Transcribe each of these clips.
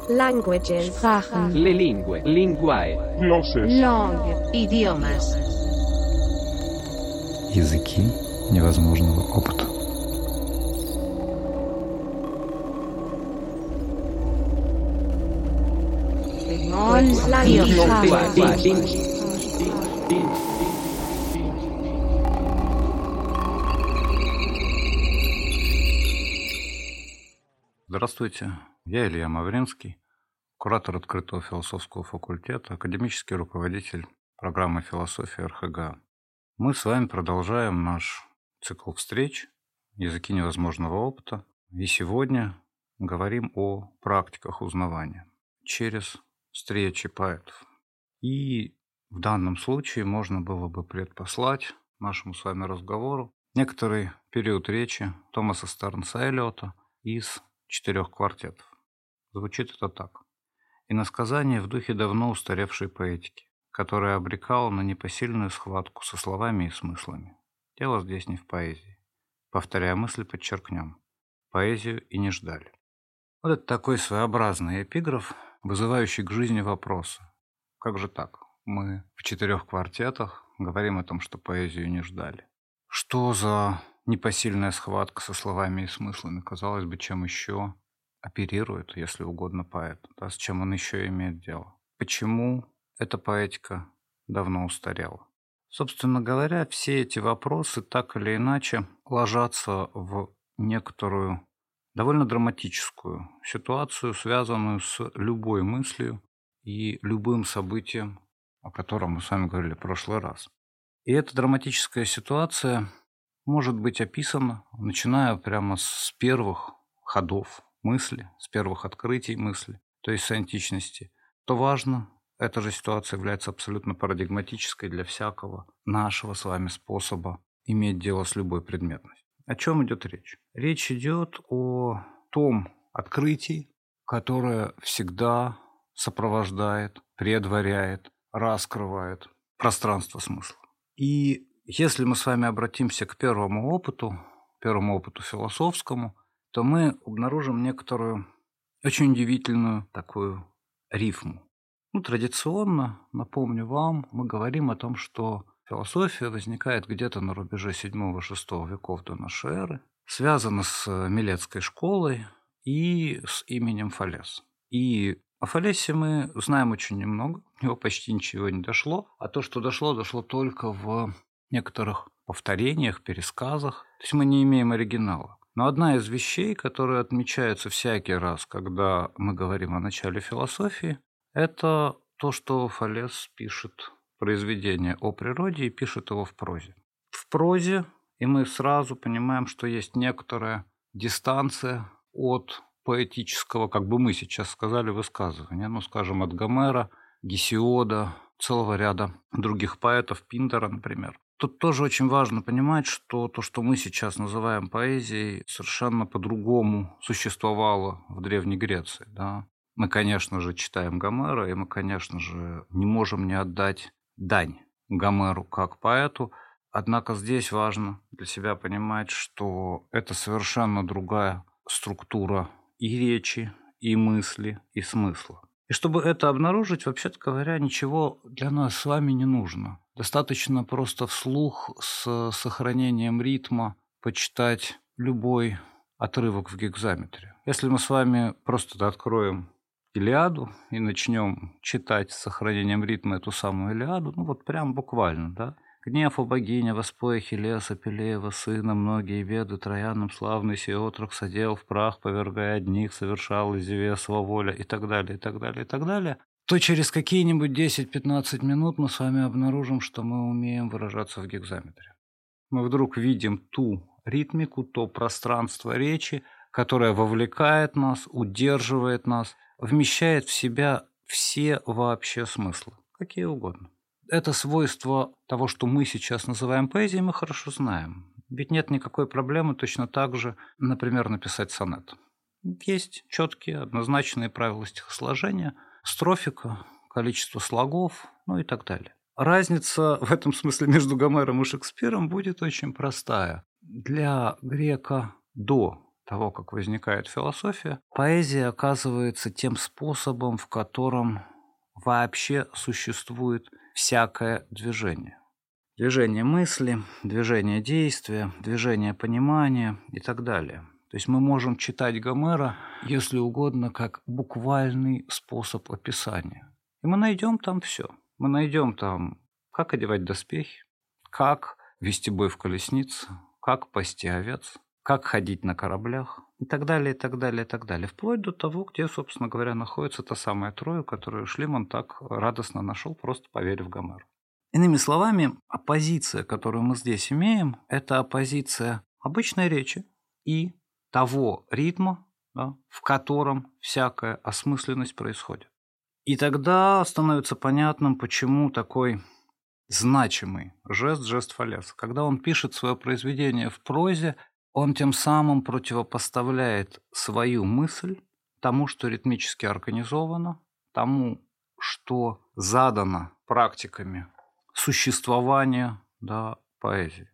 Languages. Sprachen. Le lingue, linguae. Glosses. Langue. Idiomas. Языки невозможного опыта. Здравствуйте, я Илья Мавринский, куратор открытого философского факультета, академический руководитель программы философии РХГА. Мы с вами продолжаем наш цикл встреч «Языки невозможного опыта». И сегодня говорим о практиках узнавания через встречи поэтов. И в данном случае можно было бы предпослать нашему с вами разговору некоторый период речи Томаса Стернса Эллиота из «4 квартетов». Звучит это так. Иносказание в духе давно устаревшей поэтики, которая обрекала на непосильную схватку со словами и смыслами. Дело здесь не в поэзии. Повторяя мысль, подчеркнем. Поэзию и не ждали. Вот это такой своеобразный эпиграф, вызывающий к жизни вопросы. Как же так? Мы в 4 квартетах говорим о том, что поэзию не ждали. Что за непосильная схватка со словами и смыслами? Казалось бы, чем еще оперирует, если угодно, поэт? Да, с чем он еще имеет дело? Почему эта поэтика давно устарела? Собственно говоря, все эти вопросы так или иначе ложатся в некоторую довольно драматическую ситуацию, связанную с любой мыслью и любым событием, о котором мы с вами говорили в прошлый раз. И эта драматическая ситуация может быть описана, начиная прямо с первых ходов мысли, с первых открытий мысли, то есть с античности. Что важно, эта же ситуация является абсолютно парадигматической для всякого нашего с вами способа иметь дело с любой предметностью. О чем идет речь? Речь идет о том открытии, которое всегда сопровождает, предваряет, раскрывает пространство смысла. И если мы с вами обратимся к первому опыту философскому, то мы обнаружим некоторую очень удивительную такую рифму. Традиционно, напомню вам, мы говорим о том, что философия возникает где-то на рубеже 7-6 веков до нашей эры, связана с Милетской школой и с именем Фалес. И о Фалесе мы знаем очень немного, у него почти ничего не дошло, а то, что дошло только в некоторых повторениях, пересказах, то есть мы не имеем оригинала. Но одна из вещей, которые отмечаются всякий раз, когда мы говорим о начале философии, это то, что Фалес пишет произведение о природе и пишет его в прозе. В прозе, и мы сразу понимаем, что есть некоторая дистанция от поэтического, как бы мы сейчас сказали, высказывания. Скажем, от Гомера, Гесиода, целого ряда других поэтов, Пиндара, например. Тут тоже очень важно понимать, что то, что мы сейчас называем поэзией, совершенно по-другому существовало в Древней Греции. Да? Мы, конечно же, читаем Гомера, и мы, конечно же, не можем не отдать дань Гомеру как поэту. Однако здесь важно для себя понимать, что это совершенно другая структура и речи, и мысли, и смысла. И чтобы это обнаружить, вообще-то говоря, ничего для нас с вами не нужно. Достаточно просто вслух с сохранением ритма почитать любой отрывок в гекзаметре. Если мы с вами просто откроем Илиаду и начнем читать с сохранением ритма эту самую Илиаду, прям буквально, да? Гнев у богини, воспоя Ахиллеса, Пелеева сына, многие беды Троянам славный сей отрок содел в прах, повергая одних, совершал из Зевесова воля и так далее, и так далее, и так далее, то через какие-нибудь 10-15 минут мы с вами обнаружим, что мы умеем выражаться в гекзаметре. Мы вдруг видим ту ритмику, то пространство речи, которое вовлекает нас, удерживает нас, вмещает в себя все вообще смыслы, какие угодно. Это свойство того, что мы сейчас называем поэзией, мы хорошо знаем. Ведь нет никакой проблемы точно так же, например, написать сонет. Есть четкие, однозначные правила стихосложения, строфика, количество слогов, и так далее. Разница в этом смысле между Гомером и Шекспиром будет очень простая. Для грека до того, как возникает философия, поэзия оказывается тем способом, в котором вообще существует всякое движение. Движение мысли, движение действия, движение понимания и так далее. То есть мы можем читать Гомера, если угодно, как буквальный способ описания. И мы найдем там все. Мы найдем там, как одевать доспехи, как вести бой в колеснице, как пасти овец, как ходить на кораблях и так далее, и так далее, и так далее. Вплоть до того, где, собственно говоря, находится та самая Троя, которую Шлиман так радостно нашел, просто поверив Гомеру. Иными словами, оппозиция, которую мы здесь имеем, это оппозиция обычной речи и того ритма, да, в котором всякая осмысленность происходит. И тогда становится понятным, почему такой значимый жест Фалеса. Когда он пишет свое произведение в прозе, он тем самым противопоставляет свою мысль тому, что ритмически организовано, тому, что задано практиками существования, да, поэзии.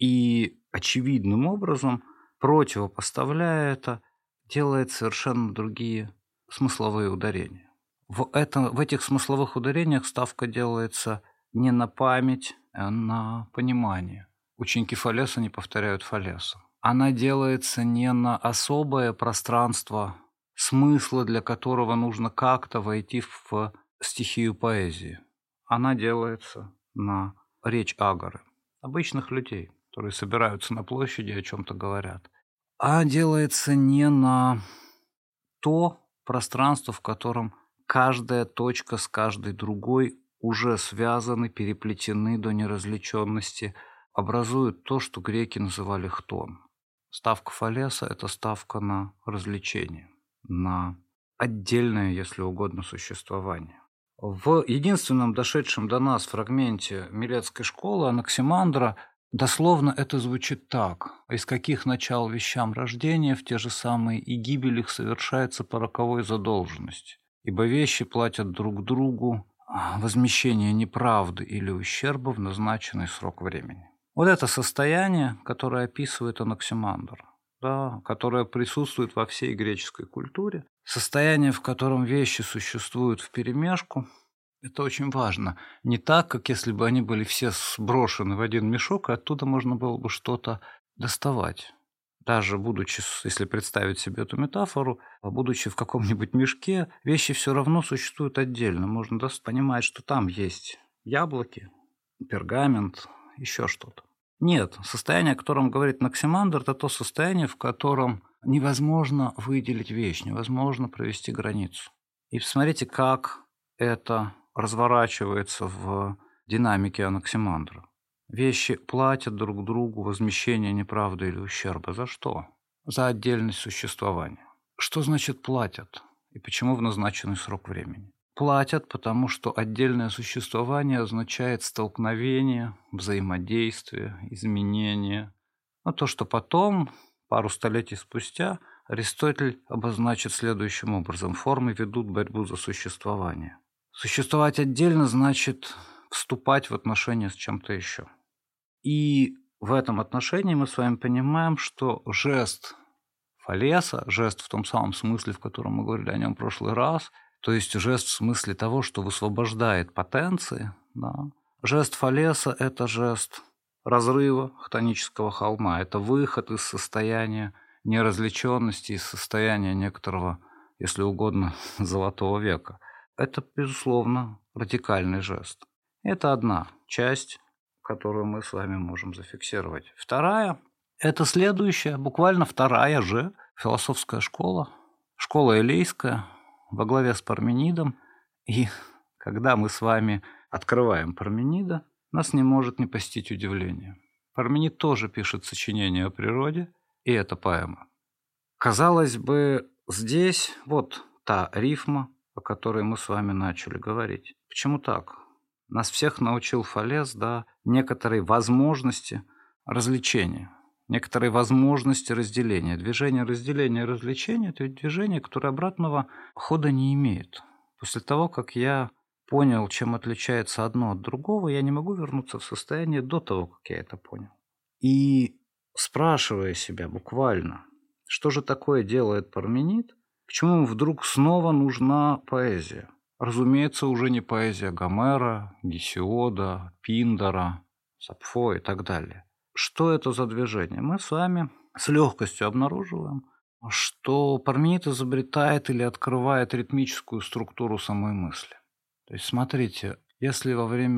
И очевидным образом, противопоставляя это, делает совершенно другие смысловые ударения. В этих смысловых ударениях ставка делается не на память, а на понимание. Ученики Фалеса не повторяют Фалеса. Она делается не на особое пространство смысла, для которого нужно как-то войти в стихию поэзии. Она делается на речь агоры, обычных людей, которые собираются на площади и о чем-то говорят. А делается не на то пространство, в котором каждая точка с каждой другой уже связаны, переплетены до неразличенности, образуют то, что греки называли хтон. Ставка Фалеса – это ставка на развлечение, на отдельное, если угодно, существование. В единственном дошедшем до нас фрагменте Милетской школы Анаксимандра дословно это звучит так: «Из каких начал вещам рождения, в те же самые и гибель их совершается по роковой задолженности, ибо вещи платят друг другу возмещение неправды или ущерба в назначенный срок времени». Вот это состояние, которое описывает Анаксимандр, да, которое присутствует во всей греческой культуре, состояние, в котором вещи существуют вперемешку, это очень важно. Не так, как если бы они были все сброшены в один мешок, и оттуда можно было бы что-то доставать. Даже будучи, если представить себе эту метафору, будучи в каком-нибудь мешке, вещи все равно существуют отдельно. Можно понимать, что там есть яблоки, пергамент, еще что-то. Нет, состояние, о котором говорит Анаксимандр, это то состояние, в котором невозможно выделить вещь, невозможно провести границу. И посмотрите, как это разворачивается в динамике Анаксимандра. Вещи платят друг другу возмещение неправды или ущерба. За что? За отдельность существования. Что значит платят? И почему в назначенный срок времени? Платят, потому что отдельное существование означает столкновение, взаимодействие, изменение. Но то, что потом, пару столетий спустя, Аристотель обозначит следующим образом: формы ведут борьбу за существование. Существовать отдельно значит вступать в отношения с чем-то еще. И в этом отношении мы с вами понимаем, что жест Фалеса, жест в том самом смысле, в котором мы говорили о нем в прошлый раз, то есть жест в смысле того, что высвобождает потенции, да. Жест Фалеса – это жест разрыва хтонического холма, это выход из состояния неразличенности, из состояния некоторого, если угодно, золотого века. Это, безусловно, радикальный жест. Это одна часть, которую мы с вами можем зафиксировать. Вторая – это следующая, буквально вторая же философская школа, школа элейская, во главе с Парменидом. И когда мы с вами открываем Парменида, нас не может не постичь удивление. Парменид тоже пишет сочинение о природе, и это поэма. Казалось бы, здесь вот та рифма, о которой мы с вами начали говорить. Почему так? Нас всех научил Фалес, да, некоторой возможности развлечения, некоторой возможности разделения. Движение разделения и развлечения – это движение, которое обратного хода не имеет. После того, как я понял, чем отличается одно от другого, я не могу вернуться в состояние до того, как я это понял. И спрашивая себя буквально, Что же такое делает Парменид? Почему ему вдруг снова нужна поэзия? Разумеется, уже не поэзия Гомера, Гесиода, Пиндара, Сапфо и так далее. Что это за движение? Мы с вами с легкостью обнаруживаем, что Парменид изобретает или открывает ритмическую структуру самой мысли. То есть, смотрите, если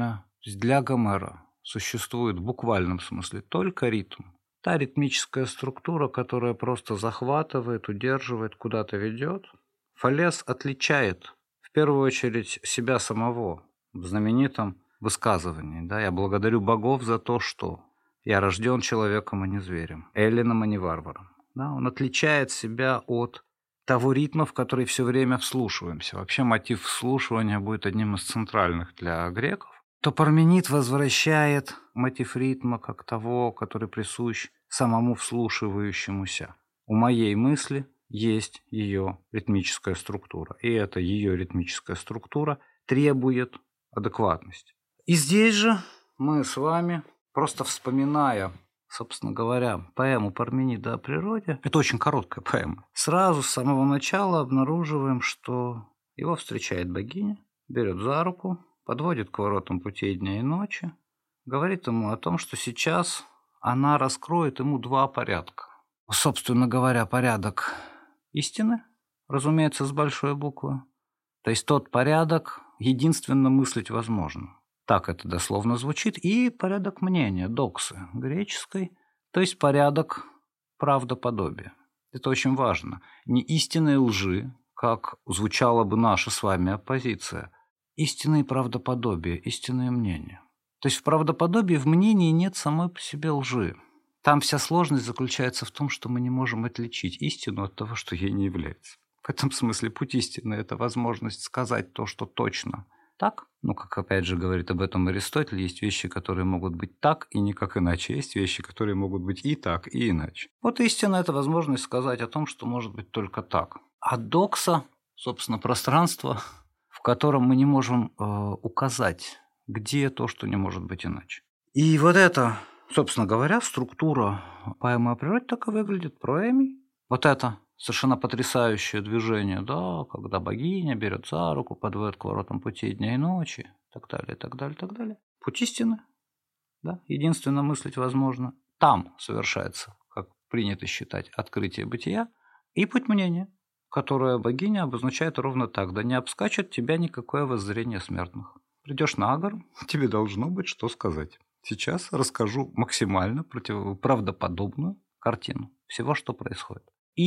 для Гомера существует в буквальном смысле только ритм, та ритмическая структура, которая просто захватывает, удерживает, куда-то ведет, Фалес отличает в первую очередь себя самого в знаменитом высказывании. Да, «Я благодарю богов за то, что я рожден человеком, а не зверем, эллином, а не варваром». Да, он отличает себя от того ритма, в который все время вслушиваемся. Вообще мотив вслушивания будет одним из центральных для греков. То Парменид возвращает мотив ритма как того, который присущ самому вслушивающемуся. У моей мысли есть ее ритмическая структура, и эта ее ритмическая структура требует адекватности. И здесь же мы с вами, просто вспоминая, собственно говоря, поэму Парменида о природе, это очень короткая поэма, сразу с самого начала обнаруживаем, что его встречает богиня, берет за руку, подводит к воротам путей дня и ночи, говорит ему о том, что сейчас она раскроет ему два порядка. Собственно говоря, порядок истины, разумеется, с большой буквы, то есть тот порядок, единственно мыслить возможно. Так это дословно звучит. И порядок мнения, доксы греческой, то есть порядок правдоподобия. Это очень важно. Не истины и лжи, как звучала бы наша с вами оппозиция, истины и правдоподобие, истинное мнение. То есть в правдоподобии, в мнении нет самой по себе лжи. Там вся сложность заключается в том, что мы не можем отличить истину от того, что ей не является. В этом смысле путь истины – это возможность сказать то, что точно так. Ну, как опять же говорит об этом Аристотель, есть вещи, которые могут быть так и никак иначе. Есть вещи, которые могут быть и так, и иначе. Вот истина – это возможность сказать о том, что может быть только так. А докса, собственно, пространство, в котором мы не можем указать, где то, что не может быть иначе. И вот это, собственно говоря, структура поэмы о природе так и выглядит проэмий. Вот это совершенно потрясающее движение, да, когда богиня берет за руку, подводит к воротам путей дня и ночи, и так далее, и так далее, и так далее. Путь истины, да, единственно мыслить возможно. Там совершается, как принято считать, открытие бытия, и путь мнения, которое богиня обозначает ровно так, да не обскачет тебя никакое воззрение смертных. Придешь на гору, тебе должно быть что сказать. Сейчас расскажу максимально правдоподобную картину всего, что происходит.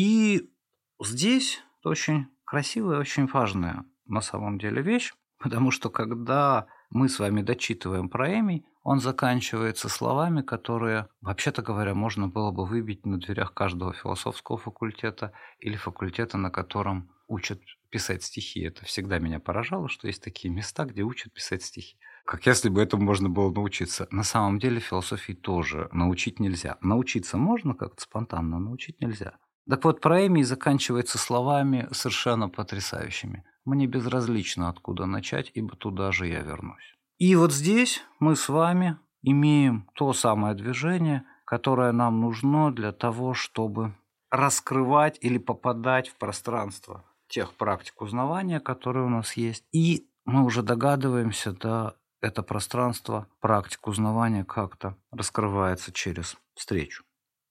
И здесь очень красивая, очень важная на самом деле вещь, потому что когда мы с вами дочитываем проэмий, он заканчивается словами, которые, вообще-то говоря, можно было бы выбить на дверях каждого философского факультета или факультета, на котором учат писать стихи. Это всегда меня поражало, что есть такие места, где учат писать стихи. Как если бы этому можно было научиться. На самом деле философии тоже научить нельзя. Научиться можно как-то спонтанно, научить нельзя. Так вот, проэмий заканчивается словами совершенно потрясающими. «Мне безразлично, откуда начать, ибо туда же я вернусь». И вот здесь мы с вами имеем то самое движение, которое нам нужно для того, чтобы раскрывать или попадать в пространство тех практик узнавания, которые у нас есть. И мы уже догадываемся, да, это пространство практик узнавания как-то раскрывается через встречу.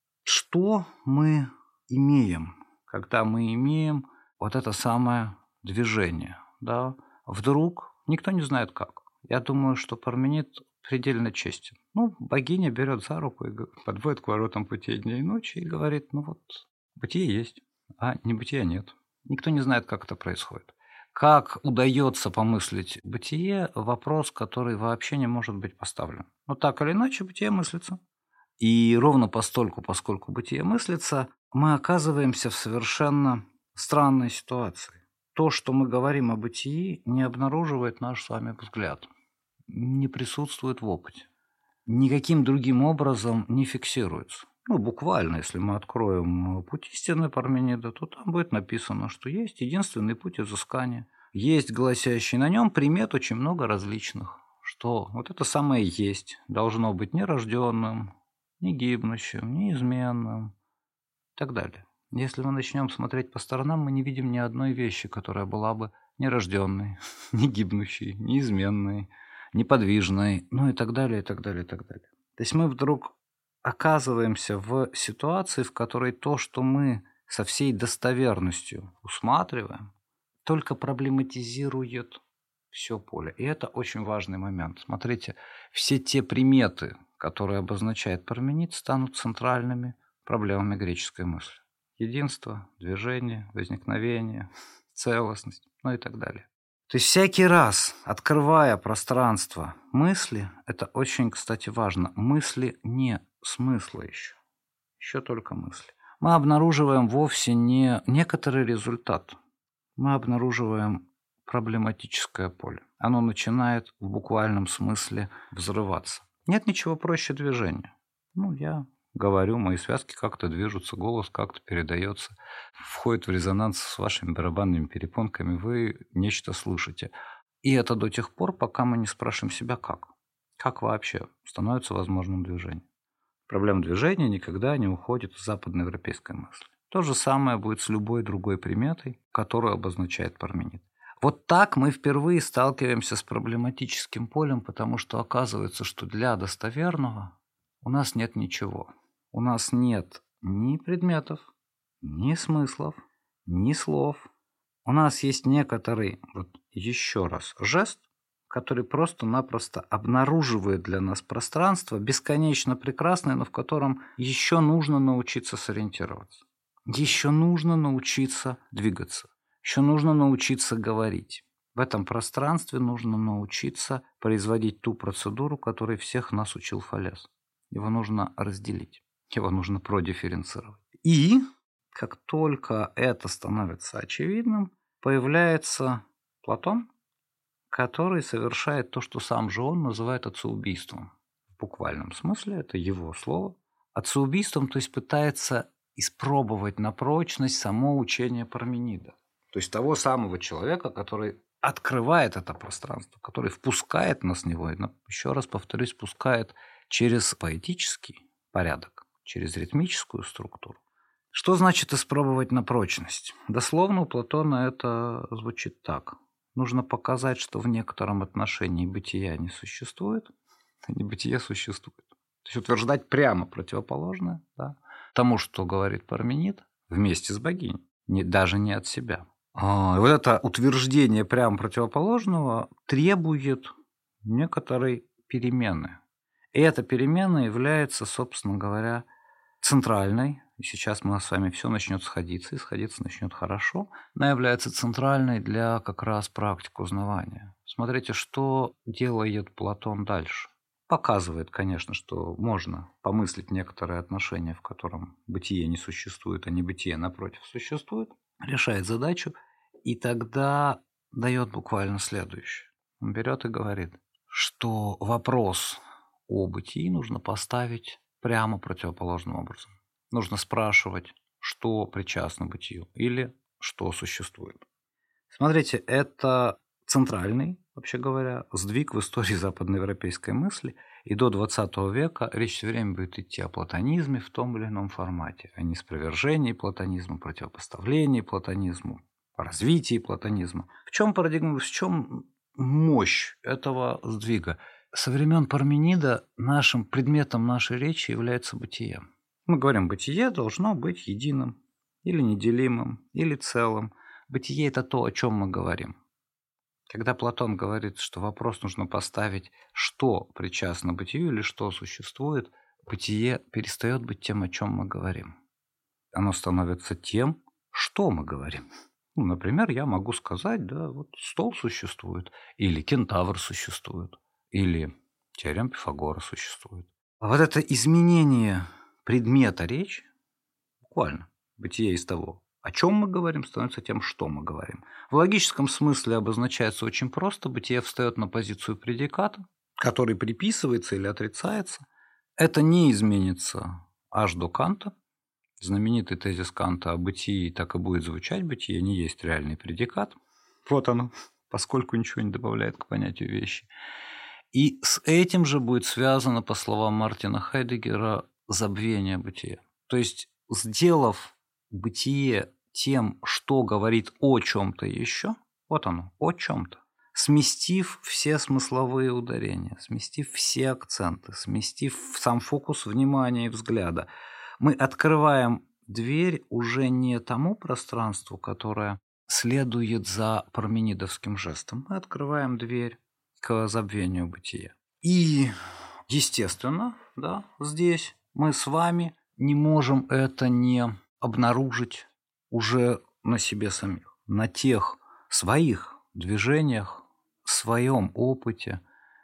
Что мы имеем, когда мы имеем вот это самое движение, да? Вдруг никто не знает как. Я думаю, что Парменид предельно честен. Богиня берет за руку и подводит к воротам путей дня и ночи и говорит, бытие есть, а небытия нет. Никто не знает, как это происходит. Как удается помыслить бытие – вопрос, который вообще не может быть поставлен. Но так или иначе бытие мыслится. И ровно поскольку бытие мыслится, мы оказываемся в совершенно странной ситуации. То, что мы говорим о бытии, не обнаруживает наш с вами взгляд, не присутствует в опыте, никаким другим образом не фиксируется. Буквально, если мы откроем путь истины Парменида, то там будет написано, что есть единственный путь изыскания. Есть гласящий на нем примет очень много различных, что вот это самое есть должно быть нерожденным, не гибнущим, неизменным и так далее. Если мы начнем смотреть по сторонам, мы не видим ни одной вещи, которая была бы нерожденной, не гибнущей, неизменной, неподвижной, ну и так далее, и так далее, и так далее. То есть мы вдруг оказываемся в ситуации, в которой то, что мы со всей достоверностью усматриваем, только проблематизирует все поле. И это очень важный момент. Смотрите, все те приметы, которые обозначает Парменид, станут центральными проблемами греческой мысли. Единство, движение, возникновение, целостность, ну и так далее. То есть всякий раз, открывая пространство мысли, это очень, кстати, важно, мысли не смысла еще только мысли. Мы обнаруживаем вовсе не некоторый результат, мы обнаруживаем проблематическое поле. Оно начинает в буквальном смысле взрываться. Нет ничего проще движения. Я говорю, мои связки как-то движутся, голос как-то передается, входит в резонанс с вашими барабанными перепонками, вы нечто слышите. И это до тех пор, пока мы не спрашиваем себя, как. Как вообще становится возможным движение. Проблема движения никогда не уходит из западноевропейской мысли. То же самое будет с любой другой приметой, которую обозначает Парменид. Вот так мы впервые сталкиваемся с проблематическим полем, потому что оказывается, что для достоверного у нас нет ничего. У нас нет ни предметов, ни смыслов, ни слов. У нас есть некоторый, еще раз, жест, который просто-напросто обнаруживает для нас пространство, бесконечно прекрасное, но в котором еще нужно научиться сориентироваться. Еще нужно научиться двигаться. Еще нужно научиться говорить. В этом пространстве нужно научиться производить ту процедуру, которой всех нас учил Фалес. Его нужно разделить. Его нужно продифференцировать. И как только это становится очевидным, появляется Платон, который совершает то, что сам же он называет отцеубийством. В буквальном смысле, это его слово. Отцеубийством, то есть пытается испробовать на прочность само учение Парменида. То есть того самого человека, который открывает это пространство, который впускает нас в него, и, еще раз повторюсь, впускает через поэтический порядок, через ритмическую структуру. Что значит испробовать на прочность? Дословно у Платона это звучит так. Нужно показать, что в некотором отношении бытия не существует, а небытие существует. То есть утверждать прямо противоположное тому, что говорит Парменид, вместе с богиней, даже не от себя. Вот это утверждение прямо противоположного требует некоторой перемены. И эта перемена является, собственно говоря, центральной. И сейчас у нас с вами все начнет сходиться, и сходиться начнет хорошо. Она является центральной для как раз практики узнавания. Смотрите, что делает Платон дальше. Показывает, конечно, что можно помыслить некоторые отношения, в котором бытие не существует, а небытие, напротив, существует. Решает задачу, и тогда дает буквально следующее. Он берет и говорит, что вопрос о бытии нужно поставить прямо противоположным образом. Нужно спрашивать, что причастно бытию или что существует. Смотрите, это центральный, вообще говоря, сдвиг в истории западноевропейской мысли. И до 20 века речь все время будет идти о платонизме в том или ином формате, о неспровержении платонизма, противопоставлении платонизму, о развитии платонизма. В чем парадигма, в чем мощь этого сдвига? Со времен Парменида нашим предметом нашей речи является бытие. Мы говорим, бытие должно быть единым, или неделимым, или целым. Бытие – это то, о чем мы говорим. Когда Платон говорит, что вопрос нужно поставить, что причастно бытию или что существует, бытие перестает быть тем, о чем мы говорим. Оно становится тем, что мы говорим. Например, я могу сказать, стол существует, или кентавр существует, или теорема Пифагора существует. А вот это изменение предмета речи, буквально, бытие из того, о чем мы говорим, становится тем, что мы говорим. В логическом смысле обозначается очень просто. Бытие встает на позицию предиката, который приписывается или отрицается. Это не изменится аж до Канта. Знаменитый тезис Канта о бытии так и будет звучать. Бытие не есть реальный предикат. Вот оно, поскольку ничего не добавляет к понятию вещи. И с этим же будет связано, по словам Мартина Хайдеггера, забвение бытия. То есть, сделав бытие тем, что говорит о чем-то еще, вот оно, о чем-то, сместив все смысловые ударения, сместив все акценты, сместив сам фокус внимания и взгляда, мы открываем дверь уже не тому пространству, которое следует за парменидовским жестом. Мы открываем дверь к забвению бытия. И, естественно, да, здесь мы с вами не можем это не обнаружить уже на себе самих, на тех своих движениях, своем опыте,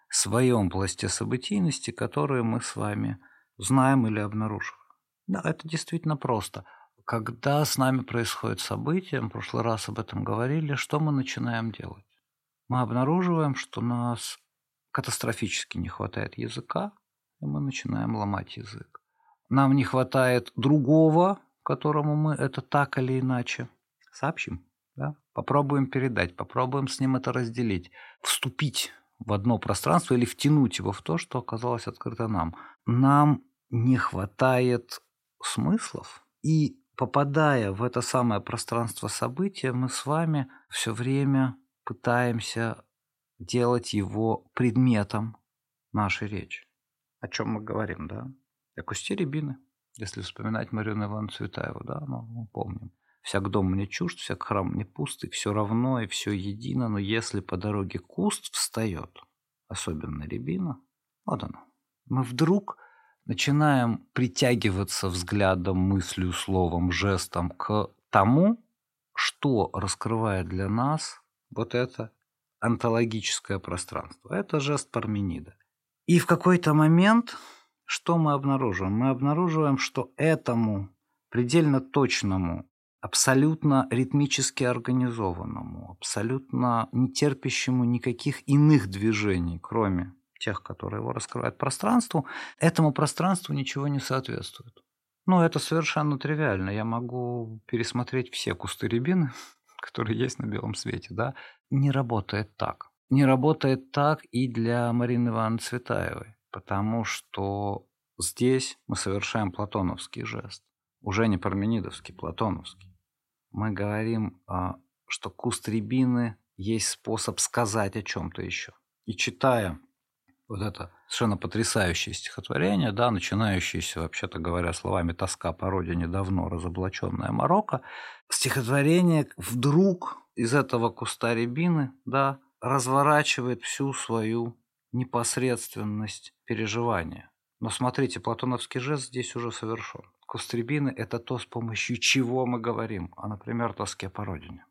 своем пласте событийности, которые мы с вами знаем или обнаруживаем. Да, это действительно просто. Когда с нами происходит событие, мы в прошлый раз об этом говорили, что мы начинаем делать? Мы обнаруживаем, что нас катастрофически не хватает языка, и мы начинаем ломать язык. Нам не хватает другого, которому мы это так или иначе сообщим. Да? Попробуем передать, попробуем с ним это разделить, вступить в одно пространство или втянуть его в то, что оказалось открыто нам. Нам не хватает смыслов, и попадая в это самое пространство события, мы с вами все время пытаемся делать его предметом нашей речи. О чем мы говорим, да? О кусте рябины, если вспоминать Марину Ивановну Цветаеву, да, мы помним. «Всяк дом мне чужд, всяк храм мне пуст, и все равно, и все едино, но если по дороге куст встает, особенно рябина, вот оно, мы вдруг начинаем притягиваться взглядом, мыслью, словом, жестом к тому, что раскрывает для нас вот это онтологическое пространство. Это жест Парменида. И в какой-то момент что мы обнаруживаем? Мы обнаруживаем, что этому предельно точному, абсолютно ритмически организованному, абсолютно не терпящему никаких иных движений, кроме тех, которые его раскрывают пространству, этому пространству ничего не соответствует. Ну, это совершенно тривиально. Я могу пересмотреть все кусты рябины, которые есть на белом свете, да. Не работает так. Не работает так и для Марины Ивановны Цветаевой, потому что здесь мы совершаем платоновский жест. Уже не парменидовский, платоновский. Мы говорим, что куст рябины есть способ сказать о чем-то еще. И читая вот это совершенно потрясающее стихотворение, да, начинающееся, вообще-то говоря, словами «Тоска по родине давно разоблаченная Марокко», стихотворение вдруг из этого куста рябины, да, разворачивает всю свою непосредственность переживания. Но смотрите, платоновский жест здесь уже совершен. Куст рябины – это то, с помощью чего мы говорим, например, тоске по родине,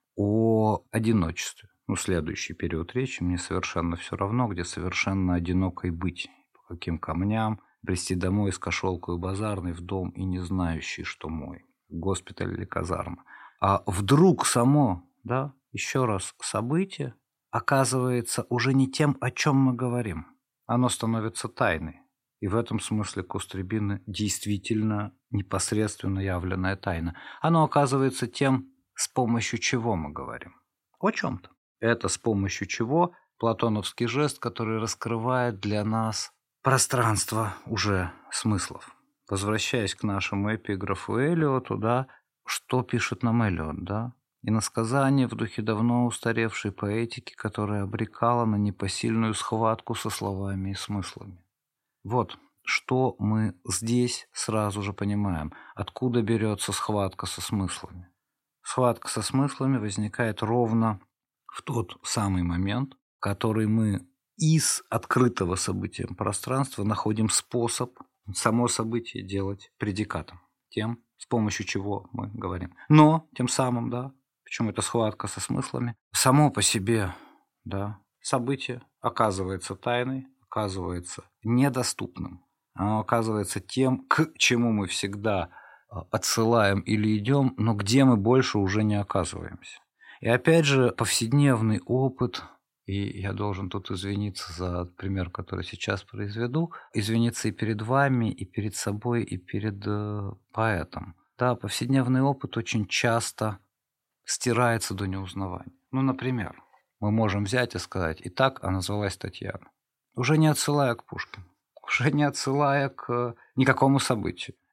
о одиночестве. Следующий период речи мне совершенно все равно, где совершенно одинокой быть, по каким камням, брести домой с кошелкой базарной в дом и не знающий, что мой, госпиталь или казарма. А вдруг само, да, еще раз, событие оказывается уже не тем, о чем мы говорим. Оно становится тайной. И в этом смысле куст рябины действительно непосредственно явленная тайна. Оно оказывается тем, с помощью чего мы говорим. О чем-то. Это с помощью чего платоновский жест, который раскрывает для нас пространство уже смыслов. Возвращаясь к нашему эпиграфу Элиоту, да, что пишет нам Элиот, да? Иносказание в духе давно устаревшей поэтики, которая обрекала на непосильную схватку со словами и смыслами. Вот что мы здесь сразу же понимаем. Откуда берется схватка со смыслами? Схватка со смыслами возникает ровно в тот самый момент, в который мы из открытого событием пространства находим способ само событие делать предикатом, тем, с помощью чего мы говорим. Но тем самым, да, почему это схватка со смыслами, само по себе, да, событие оказывается тайной, оказывается недоступным. Оно оказывается тем, к чему мы всегда отсылаем или идем, но где мы больше уже не оказываемся. И опять же, повседневный опыт, и я должен тут извиниться за пример, который сейчас произведу, извиниться и перед вами, и перед собой, и перед поэтом. Да, повседневный опыт очень часто стирается до неузнавания. Например, мы можем взять и сказать: «Итак, назвалась Татьяна», уже не отсылая к Пушкину, уже не отсылая к никакому событию.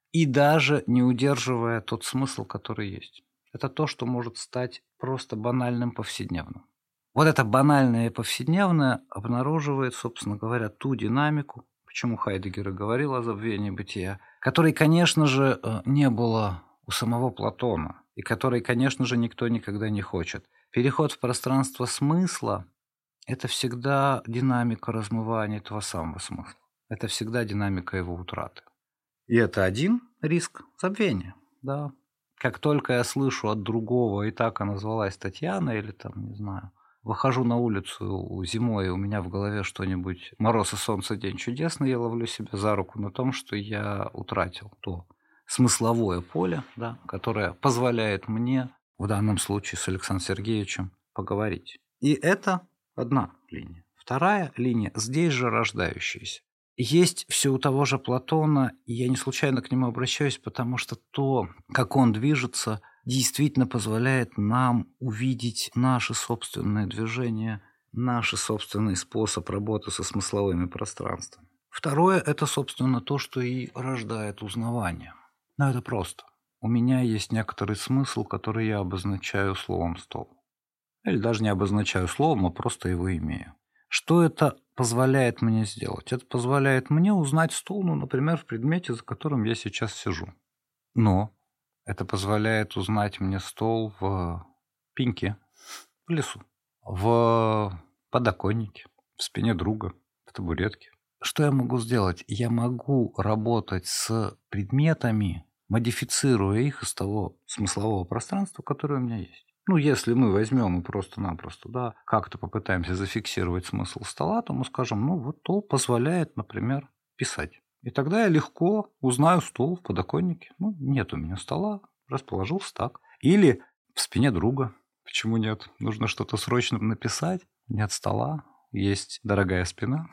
и даже не удерживая тот смысл, который есть. Это то, что может стать просто банальным повседневным. Вот это банальное и повседневное обнаруживает, собственно говоря, ту динамику, почему Хайдеггер и говорил о забвении бытия, которой, конечно же, не было у самого Платона, и которой, конечно же, никто никогда не хочет. Переход в пространство смысла – это всегда динамика размывания этого самого смысла. Это всегда динамика его утраты. И это один риск – забвения. Да. Как только я слышу от другого, и так она назвалась Татьяна, или там, не знаю, выхожу на улицу зимой, и у меня в голове что-нибудь «Мороз и солнце, день чудесный», я ловлю себя за руку на том, что я утратил то смысловое поле, да, которое позволяет мне, в данном случае с Александром Сергеевичем, поговорить. И это одна линия. Вторая линия здесь же рождающаяся. Есть все у того же Платона, и я не случайно к нему обращаюсь, потому что то, как он движется, действительно позволяет нам увидеть наши собственные движения, наш собственный способ работы со смысловыми пространствами. Второе – это, собственно, то, что и рождает узнавание. Но это просто. У меня есть некоторый смысл, который я обозначаю словом «стол». Или даже не обозначаю словом, а просто его имею. Что это позволяет мне сделать? Это позволяет мне узнать стол, например, в предмете, за которым я сейчас сижу. Но это позволяет узнать мне стол в пеньке, в лесу, в подоконнике, в спине друга, в табуретке. Что я могу сделать? Я могу работать с предметами, модифицируя их из того смыслового пространства, которое у меня есть. Если мы возьмем и просто-напросто, да, как-то попытаемся зафиксировать смысл стола, то мы скажем, вот стол позволяет, например, писать. И тогда я легко узнаю стол в подоконнике. Нет у меня стола, расположился так. Или в спине друга. Почему нет? Нужно что-то срочно написать. Нет стола, есть дорогая спина.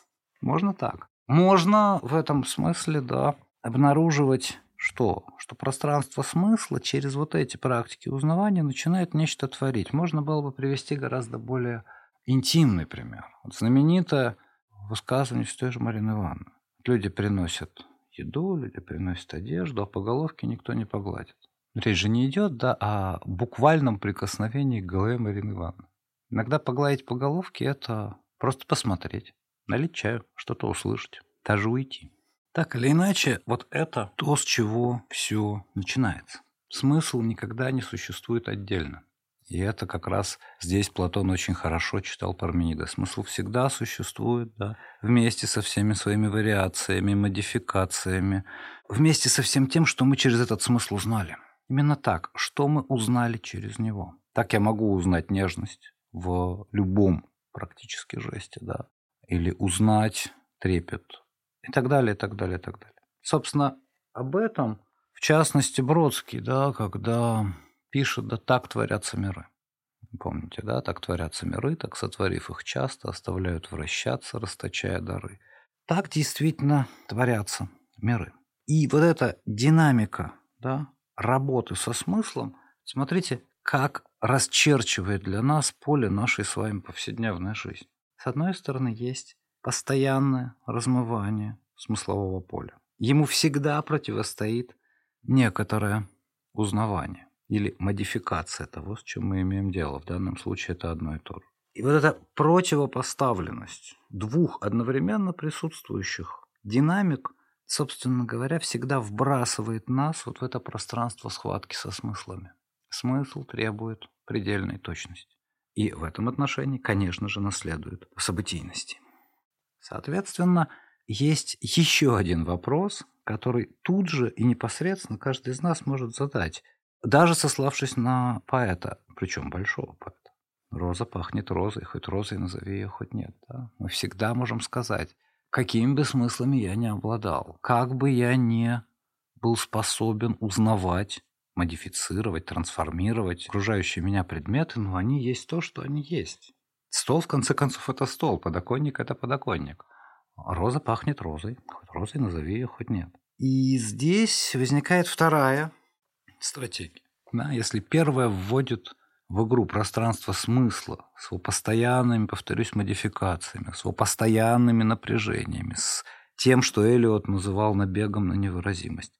Можно так. Можно в этом смысле, да, обнаруживать что? Что пространство смысла через вот эти практики узнавания начинает нечто творить. Можно было бы привести гораздо более интимный пример. Знаменитое высказывание той же Марины Ивановны. Люди приносят еду, люди приносят одежду, а по головке никто не погладит. Речь же не идет, да, о буквальном прикосновении к голове Марины Ивановны. Иногда погладить по головке – это просто посмотреть, налить чаю, что-то услышать, даже уйти. Так или иначе, вот это то, с чего все начинается. Смысл никогда не существует отдельно. И это как раз здесь Платон очень хорошо читал Парменида. Смысл всегда существует, да, вместе со всеми своими вариациями, модификациями, вместе со всем тем, что мы через этот смысл узнали. Именно так, что мы узнали через него. Так я могу узнать нежность в любом практически жесте, да, или узнать трепет. И так далее, и так далее, и так далее. Собственно, об этом, в частности, Бродский, да, когда пишет, да, так творятся миры. Помните, да, так творятся миры, так сотворив их часто, оставляют вращаться, расточая дары. Так действительно творятся миры. И вот эта динамика, да, работы со смыслом, смотрите, как расчерчивает для нас поле нашей с вами повседневной жизни. С одной стороны, есть постоянное размывание смыслового поля. Ему всегда противостоит некоторое узнавание или модификация того, с чем мы имеем дело. В данном случае это одно и то же. И вот эта противопоставленность двух одновременно присутствующих динамик, собственно говоря, всегда вбрасывает нас вот в это пространство схватки со смыслами. Смысл требует предельной точности. И в этом отношении, конечно же, наследует событийности. Соответственно, есть еще один вопрос, который тут же и непосредственно каждый из нас может задать, даже сославшись на поэта, причем большого поэта. Роза пахнет розой, хоть розой назови ее, хоть нет. Да? Мы всегда можем сказать, какими бы смыслами я ни обладал, как бы я ни был способен узнавать, модифицировать, трансформировать окружающие меня предметы, но они есть то, что они есть. Стол, в конце концов, это стол, подоконник – это подоконник. Роза пахнет розой, хоть розой назови ее, хоть нет. И здесь возникает вторая стратегия. Да, если первая вводит в игру пространство смысла с его постоянными, повторюсь, модификациями, с его постоянными напряжениями, с тем, что Элиот называл набегом на невыразимость.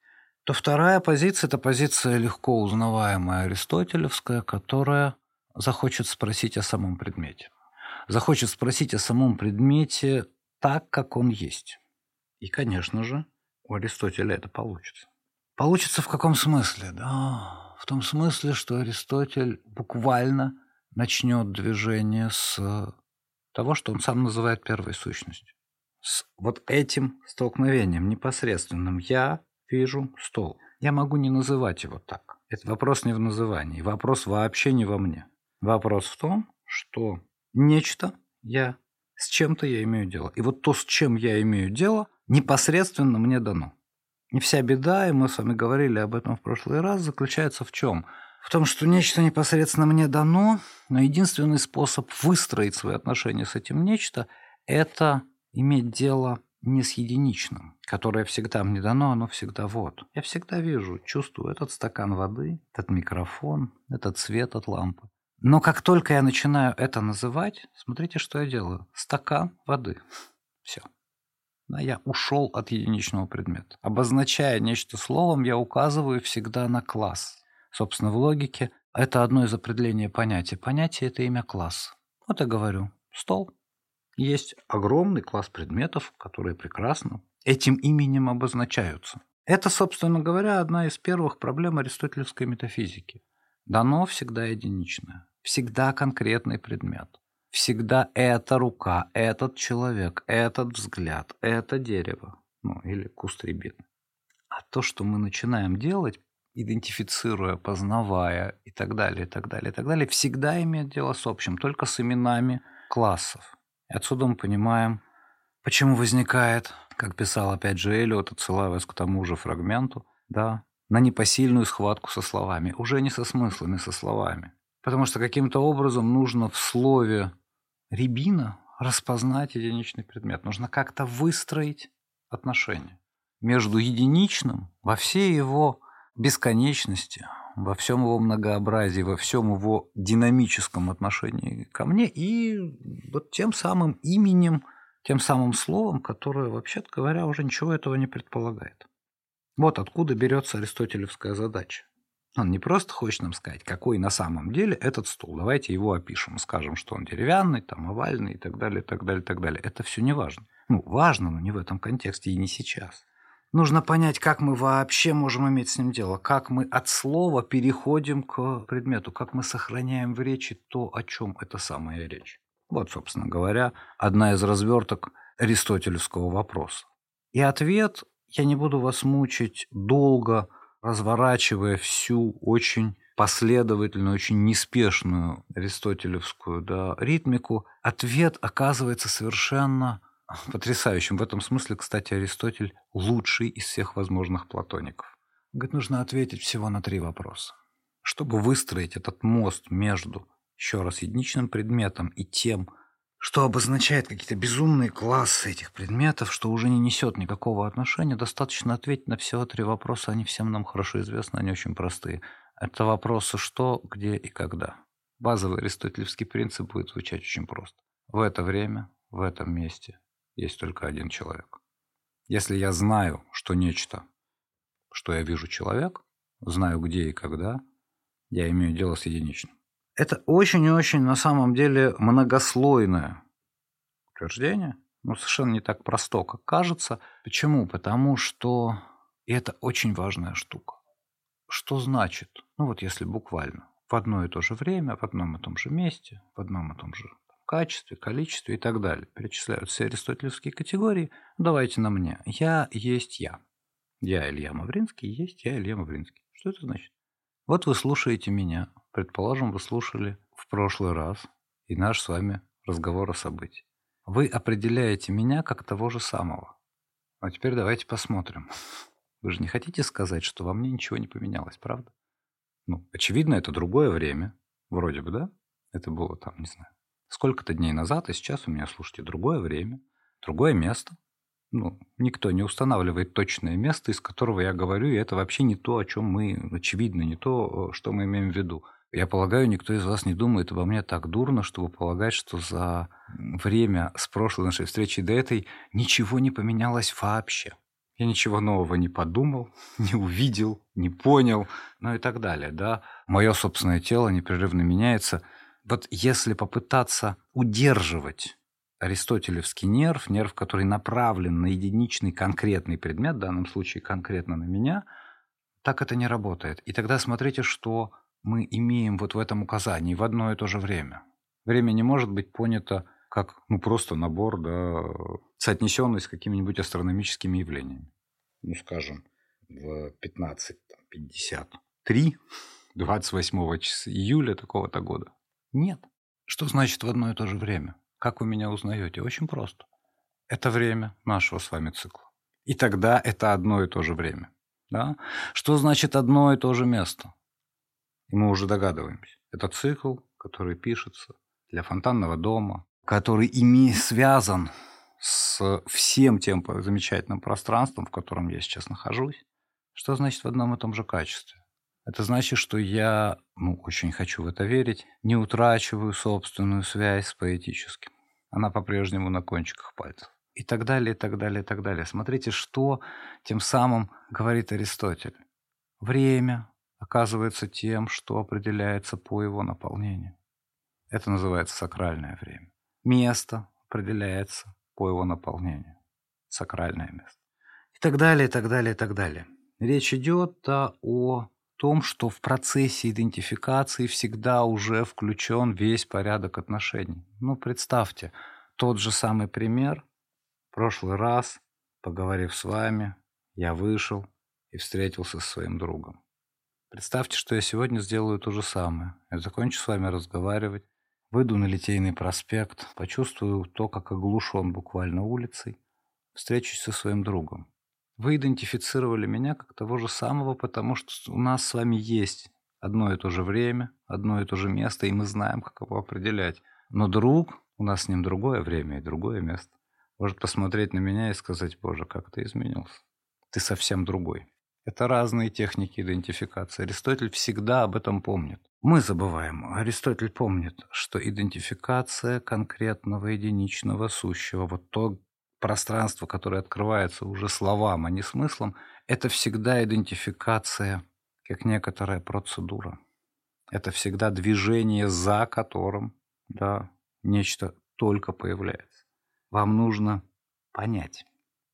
то вторая позиция – это позиция легко узнаваемая аристотелевская, которая захочет спросить о самом предмете. Захочет спросить о самом предмете так, как он есть. И, конечно же, у Аристотеля это получится. Получится в каком смысле? Да, в том смысле, что Аристотель буквально начнет движение с того, что он сам называет первой сущностью. С вот этим столкновением непосредственным. Я вижу стол. Я могу не называть его так. Это вопрос не в назывании. Вопрос вообще не во мне. Вопрос в том, что нечто с чем-то я имею дело. И вот то, с чем я имею дело, непосредственно мне дано. И вся беда, и мы с вами говорили об этом в прошлый раз, заключается в чем? В том, что нечто непосредственно мне дано, но единственный способ выстроить свои отношения с этим нечто – это иметь дело не с единичным, которое всегда мне дано, оно всегда вот. Я всегда вижу, чувствую этот стакан воды, этот микрофон, этот свет от лампы. Но как только я начинаю это называть, смотрите, что я делаю. Стакан воды. Все. Да, я ушел от единичного предмета. Обозначая нечто словом, я указываю всегда на класс. Собственно, в логике это одно из определений понятия. Понятие – это имя класса. Вот я говорю. Стол. Есть огромный класс предметов, которые прекрасно этим именем обозначаются. Это, собственно говоря, одна из первых проблем аристотелевской метафизики. Дано всегда единичное, всегда конкретный предмет. Всегда эта рука, этот человек, этот взгляд, это дерево, или куст рябины. А то, что мы начинаем делать, идентифицируя, познавая и так далее, и так далее, и так далее, всегда имеет дело с общим, только с именами классов. И отсюда мы понимаем, почему возникает, как писал опять же Элиот, отсылаясь к тому же фрагменту, да, на непосильную схватку со словами. Уже не со смыслами, со словами. Потому что каким-то образом нужно в слове рябина распознать единичный предмет. Нужно как-то выстроить отношения между единичным во всей его бесконечности, во всем его многообразии, во всем его динамическом отношении ко мне и вот тем самым именем, тем самым словом, которое, вообще-то говоря, уже ничего этого не предполагает. Вот откуда берется аристотелевская задача. Он не просто хочет нам сказать, какой на самом деле этот стул. Давайте его опишем. Скажем, что он деревянный, там, овальный и так далее, и так далее, и так далее. Это все не важно. Важно, но не в этом контексте и не сейчас. Нужно понять, как мы вообще можем иметь с ним дело, как мы от слова переходим к предмету, как мы сохраняем в речи то, о чем эта самая речь. Вот, собственно говоря, одна из разверток аристотелевского вопроса. И ответ, я не буду вас мучить долго, разворачивая всю очень последовательную, очень неспешную аристотелевскую ритмику, ответ оказывается совершенно потрясающим. В этом смысле, кстати, Аристотель лучший из всех возможных платоников. Говорит, нужно ответить всего на 3 вопроса. Чтобы выстроить этот мост между, еще раз, единичным предметом и тем, что обозначает какие-то безумные классы этих предметов, что уже не несет никакого отношения, достаточно ответить на всего 3 вопроса. Они всем нам хорошо известны, они очень простые. Это вопросы «что», «где» и «когда». Базовый аристотелевский принцип будет звучать очень просто. В это время, в этом месте есть только один человек. Если я знаю, что нечто, что я вижу человек, знаю, где и когда, я имею дело с единичным. Это очень и очень на самом деле многослойное утверждение, но совершенно не так просто, как кажется. Почему? Потому что и это очень важная штука. Что значит? Если буквально в одно и то же время, в одном и том же месте, в одном и том же качестве, количестве и так далее. Перечисляют все аристотелевские категории. Давайте на мне. Я есть я. Я Илья Мавринский, есть я Илья Мавринский. Что это значит? Вот вы слушаете меня. Предположим, вы слушали в прошлый раз и наш с вами разговор о событии. Вы определяете меня как того же самого. А теперь давайте посмотрим. Вы же не хотите сказать, что во мне ничего не поменялось, правда? Очевидно, это другое время. Вроде бы, да? Это было там, не знаю, сколько-то дней назад, и сейчас у меня, слушайте, другое время, другое место. Никто не устанавливает точное место, из которого я говорю, и это вообще не то, о чем мы, очевидно, не то, что мы имеем в виду. Я полагаю, никто из вас не думает обо мне так дурно, чтобы полагать, что за время с прошлой нашей встречи до этой ничего не поменялось вообще. Я ничего нового не подумал, не увидел, не понял, ну и так далее, да. Мое собственное тело непрерывно меняется. Вот если попытаться удерживать аристотелевский нерв, который направлен на единичный конкретный предмет, в данном случае конкретно на меня, так это не работает. И тогда смотрите, что мы имеем вот в этом указании в одно и то же время. Время не может быть понято как просто набор, да, соотнесенный с какими-нибудь астрономическими явлениями. Ну, скажем, в 15:53, 28 июля такого-то года. Нет. Что значит в одно и то же время? Как вы меня узнаете? Очень просто. Это время нашего с вами цикла. И тогда это одно и то же время. Да? Что значит одно и то же место? И мы уже догадываемся. Это цикл, который пишется для фонтанного дома, который связан с всем тем замечательным пространством, в котором я сейчас нахожусь. Что значит в одном и том же качестве? Это значит, что я, очень хочу в это верить, не утрачиваю собственную связь с поэтическим. Она по-прежнему на кончиках пальцев. И так далее, и так далее, и так далее. Смотрите, что тем самым говорит Аристотель. Время оказывается тем, что определяется по его наполнению. Это называется сакральное время. Место определяется по его наполнению. Сакральное место. И так далее, и так далее, и так далее. Речь идет о том, что в процессе идентификации всегда уже включен весь порядок отношений. Представьте, тот же самый пример. В прошлый раз, поговорив с вами, я вышел и встретился со своим другом. Представьте, что я сегодня сделаю то же самое. Я закончу с вами разговаривать, выйду на Литейный проспект, почувствую то, как оглушен буквально улицей, встречусь со своим другом. Вы идентифицировали меня как того же самого, потому что у нас с вами есть одно и то же время, одно и то же место, и мы знаем, как его определять. Но друг, у нас с ним другое время и другое место, может посмотреть на меня и сказать: «Боже, как ты изменился. Ты совсем другой». Это разные техники идентификации. Аристотель всегда об этом помнит. Мы забываем. Аристотель помнит, что идентификация конкретного единичного сущего, вот то пространство, которое открывается уже словам, а не смыслом, это всегда идентификация как некоторая процедура. Это всегда движение, за которым, да, нечто только появляется. Вам нужно понять,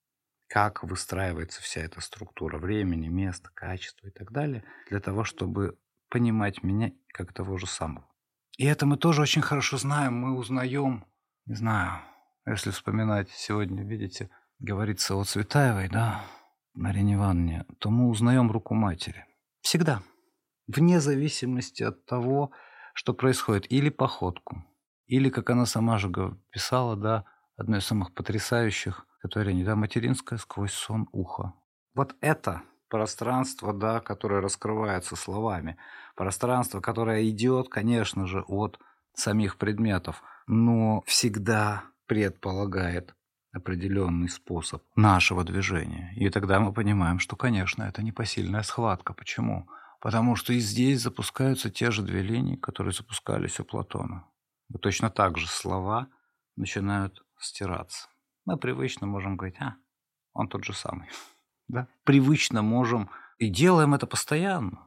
как выстраивается вся эта структура времени, места, качества и так далее, для того, чтобы понимать меня как того же самого. И это мы тоже очень хорошо знаем. Мы узнаем, не знаю, если вспоминать сегодня, видите, говорится о Цветаевой, да, Марине Ивановне, то мы узнаем руку матери. Всегда. Вне зависимости от того, что происходит. Или походку, или, как она сама же писала, да, одно из самых потрясающих стихотворений, да, материнское сквозь сон ухо. Вот это пространство, да, которое раскрывается словами, пространство, которое идет, конечно же, от самих предметов, но всегда предполагает определенный способ нашего движения. И тогда мы понимаем, что, конечно, это непосильная схватка. Почему? Потому что и здесь запускаются те же две линии, которые запускались у Платона. И точно так же слова начинают стираться. Мы привычно можем говорить: он тот же самый. Да? Привычно можем, и делаем это постоянно.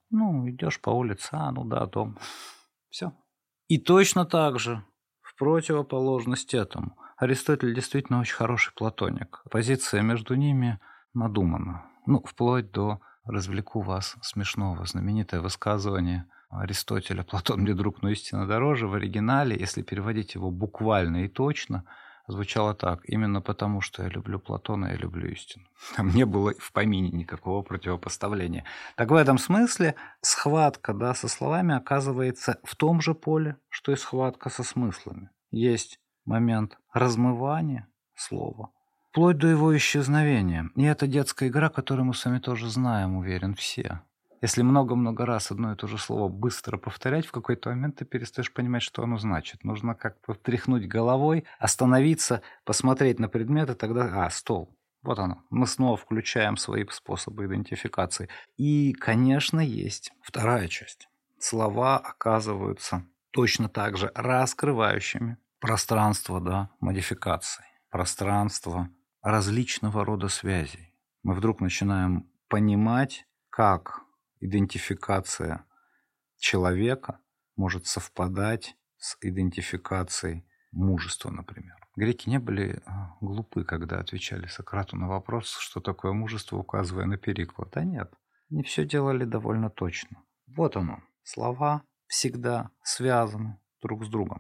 Идешь по улице, дом. Все. И точно так же, в противоположность этому, Аристотель действительно очень хороший платоник. Позиция между ними надумана. Вплоть до, развлеку вас, смешного, знаменитое высказывание Аристотеля: «Платон мне друг, но истина дороже». В оригинале, если переводить его буквально и точно, звучало так: именно потому, что я люблю Платона, я люблю истину. Там не было в помине никакого противопоставления. Так в этом смысле схватка, да, со словами оказывается в том же поле, что и схватка со смыслами. Есть момент размывания слова, вплоть до его исчезновения. И это детская игра, которую мы с вами тоже знаем, уверен, все. Если много-много раз одно и то же слово быстро повторять, в какой-то момент ты перестаешь понимать, что оно значит. Нужно как-то тряхнуть головой, остановиться, посмотреть на предмет, и тогда... стол. Вот оно. Мы снова включаем свои способы идентификации. И, конечно, есть вторая часть. Слова оказываются точно так же раскрывающими пространство, да, модификаций, пространство различного рода связей. мы вдруг начинаем понимать, как идентификация человека может совпадать с идентификацией мужества, например. Греки не были глупы, когда отвечали Сократу на вопрос, что такое мужество, указывая на Перикла. Да нет, они все делали довольно точно. Вот оно. Слова всегда связаны друг с другом.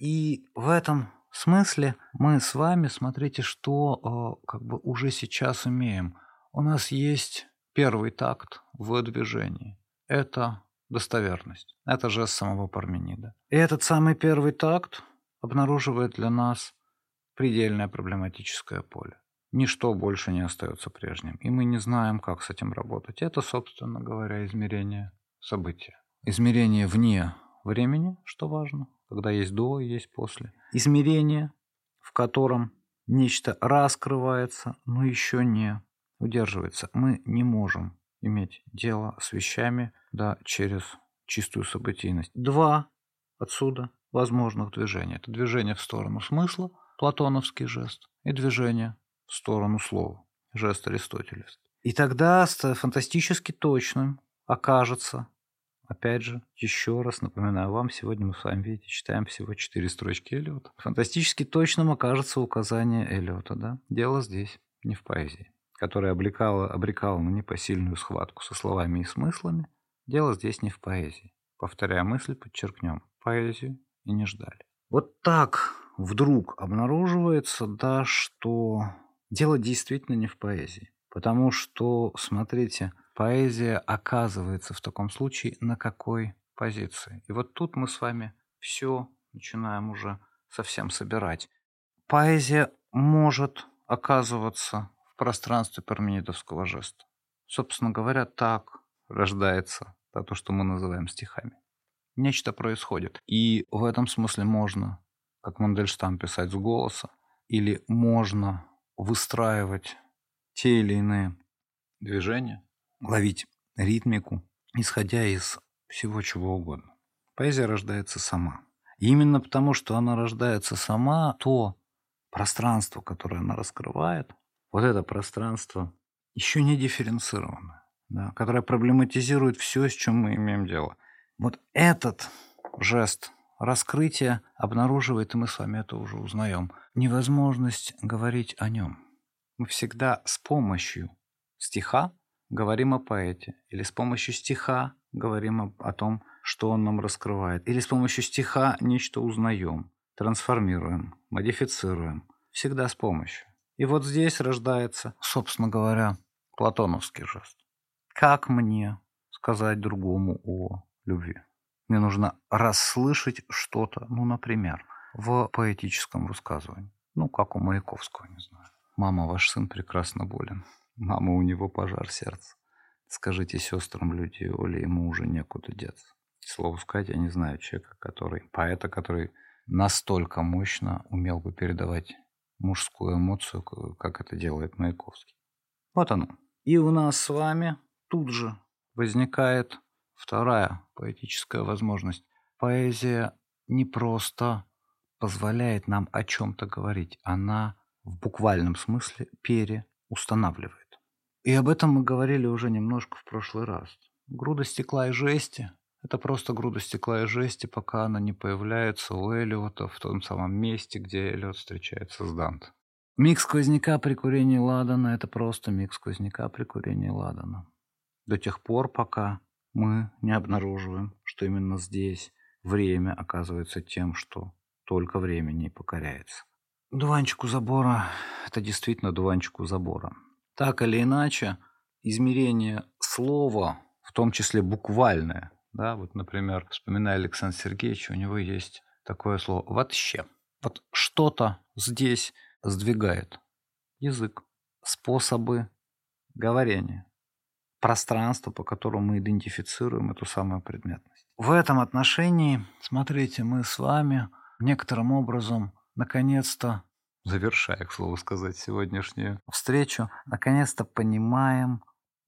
И в этом смысле мы с вами, смотрите, что как бы уже сейчас имеем. У нас есть первый такт в движении. Это достоверность. Это жест самого Парменида. И этот самый первый такт обнаруживает для нас предельное проблематическое поле. Ничто больше не остается прежним. И мы не знаем, как с этим работать. Это, собственно говоря, измерение события. Измерение вне времени, что важно, когда есть до и есть после. Измерение, в котором нечто раскрывается, но еще не удерживается. Мы не можем иметь дело с вещами, да, через чистую событийность. Два отсюда возможных движения. Это движение в сторону смысла, платоновский жест, и движение в сторону слова, жест аристотелевский. И тогда фантастически точным окажется, опять же, еще раз напоминаю вам, сегодня мы с вами, видите, читаем всего 4 строчки Эллиота. Фантастически точным окажется указание Эллиота, да? Дело здесь не в поэзии, которая обрекала на непосильную схватку со словами и смыслами. Дело здесь не в поэзии. Повторяя мысль, подчеркнем, поэзию и не ждали. Вот так вдруг обнаруживается, да, что дело действительно не в поэзии. Потому что, смотрите, поэзия оказывается в таком случае на какой позиции. И вот тут мы с вами все начинаем уже совсем собирать. Поэзия может оказываться в пространстве парменидовского жеста. Собственно говоря, так рождается то, что мы называем стихами. Нечто происходит. И в этом смысле можно, как Мандельштам, писать с голоса, или можно выстраивать те или иные движения, ловить ритмику, исходя из всего чего угодно. Поэзия рождается сама. И именно потому, что она рождается сама, то пространство, которое она раскрывает, вот это пространство еще не дифференцировано, да, которое проблематизирует все, с чем мы имеем дело. Вот этот жест раскрытия обнаруживает, и мы с вами это уже узнаем, невозможность говорить о нем. Мы всегда с помощью стиха говорим о поэте, или с помощью стиха говорим о том, что он нам раскрывает, или с помощью стиха нечто узнаем, трансформируем, модифицируем. Всегда с помощью. И вот здесь рождается, собственно говоря, платоновский жест. Как мне сказать другому о любви? Мне нужно расслышать что-то, например, в поэтическом высказывании. Как у Маяковского, не знаю. «Мама, ваш сын прекрасно болен. Мама, у него пожар сердца. Скажите сестрам люди Оли, ему уже некуда деться». К слову сказать, я не знаю человека, поэта, который настолько мощно умел бы передавать мужскую эмоцию, как это делает Маяковский. Вот оно. И у нас с вами тут же возникает вторая поэтическая возможность. Поэзия не просто позволяет нам о чем-то говорить, она в буквальном смысле переустанавливает. И об этом мы говорили уже немножко в прошлый раз. Груда стекла и жести — это просто груда стекла и жести, пока она не появляется у Эллиота в том самом месте, где Эллиот встречается с Данте. Миг сквозняка при курении ладана — это просто миг сквозняка при курении ладана. До тех пор, пока мы не обнаруживаем, что именно здесь время оказывается тем, что только времени покоряется. Дуванчик у забора — это действительно дуванчик у забора. Так или иначе, измерение слова, в том числе буквальное, да, вот, например, вспоминая Александра Сергеевича, у него есть такое слово «вообще». Вот что-то здесь сдвигает язык, способы говорения, пространство, по которому мы идентифицируем эту самую предметность. В этом отношении, смотрите, мы с вами некоторым образом, наконец-то, завершая, к слову сказать, сегодняшнюю встречу, наконец-то понимаем,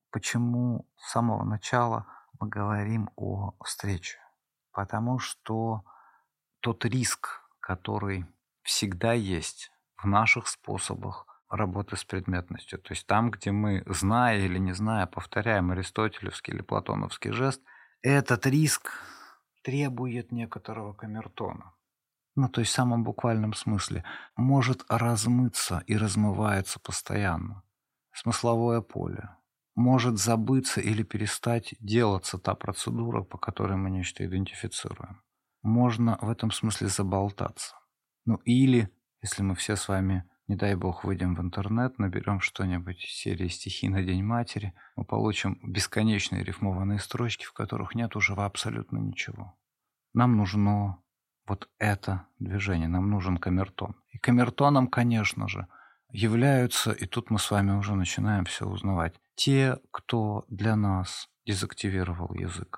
почему с самого начала мы говорим о встрече. Потому что тот риск, который всегда есть в наших способах работы с предметностью. То есть там, где мы, зная или не зная, повторяем аристотелевский или платоновский жест, этот риск требует некоторого камертона. Ну, то есть в самом буквальном смысле. Может размыться и размывается постоянно. Смысловое поле. Может забыться или перестать делаться та процедура, по которой мы нечто идентифицируем. Можно в этом смысле заболтаться. Ну или, если мы все с вами, не дай бог, выйдем в интернет, наберем что-нибудь из серии «Стихи на День матери», мы получим бесконечные рифмованные строчки, в которых нет уже абсолютно ничего. Нам нужно вот это движение, нам нужен камертон. И камертоном, конечно же, являются, и тут мы с вами уже начинаем все узнавать, те, кто для нас дезактивировал язык.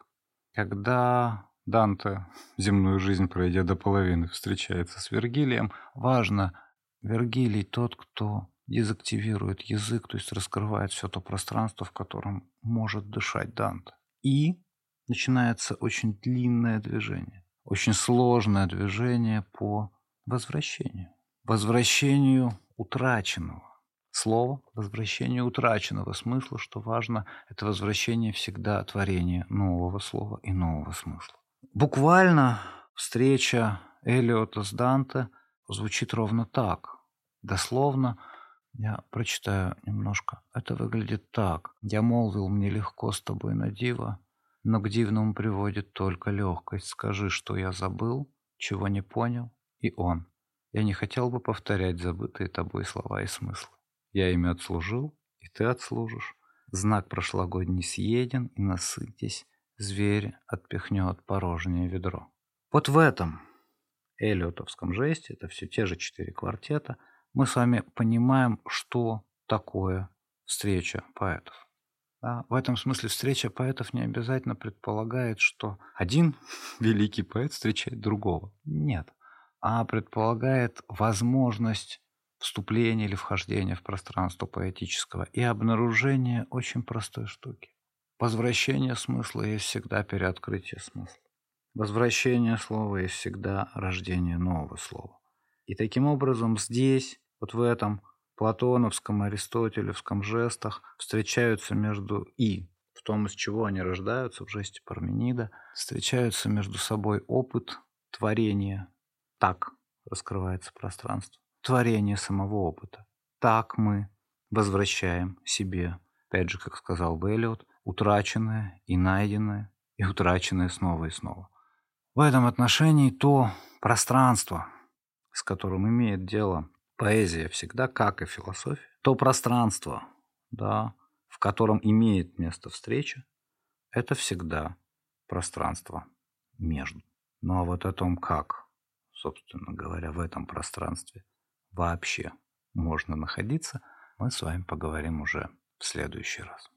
Когда Данте, земную жизнь пройдя до половины, встречается с Вергилием, важно, Вергилий тот, кто дезактивирует язык, то есть раскрывает все то пространство, в котором может дышать Данте. И начинается очень длинное движение, очень сложное движение по возвращению. Возвращению утраченного. Слово возвращение утраченного смысла, что важно, это возвращение всегда творения нового слова и нового смысла. Буквально встреча Элиота с Данте звучит ровно так. Дословно я прочитаю немножко. Это выглядит так. «Я молвил, мне легко с тобой на диво, но к дивному приводит только легкость. Скажи, что я забыл, чего не понял, и он. Я не хотел бы повторять забытые тобой слова и смыслы. Я ими отслужил, и ты отслужишь. Знак прошлогодний съеден, и насытясь, зверь отпихнет порожнее ведро». Вот в этом элиотовском жесте, это все те же 4 квартета, мы с вами понимаем, что такое встреча поэтов. Да? В этом смысле встреча поэтов не обязательно предполагает, что один великий поэт встречает другого. Нет. А предполагает возможность вступления или вхождения в пространство поэтического и обнаружение очень простой штуки. Возвращение смысла есть всегда переоткрытие смысла. Возвращение слова есть всегда рождение нового слова. И таким образом здесь, вот в этом платоновском, аристотелевском жестах встречаются между «и», в том, из чего они рождаются, в жесте Парменида, встречаются между собой опыт творения. Так раскрывается пространство. Творение самого опыта. Так мы возвращаем себе, опять же, как сказал бы Элиот, утраченное и найденное, и утраченное снова и снова. В этом отношении то пространство, с которым имеет дело поэзия всегда, как и философия, то пространство, да, в котором имеет место встреча, это всегда пространство между. Ну а вот о том, как, собственно говоря, в этом пространстве вообще можно находиться, мы с вами поговорим уже в следующий раз.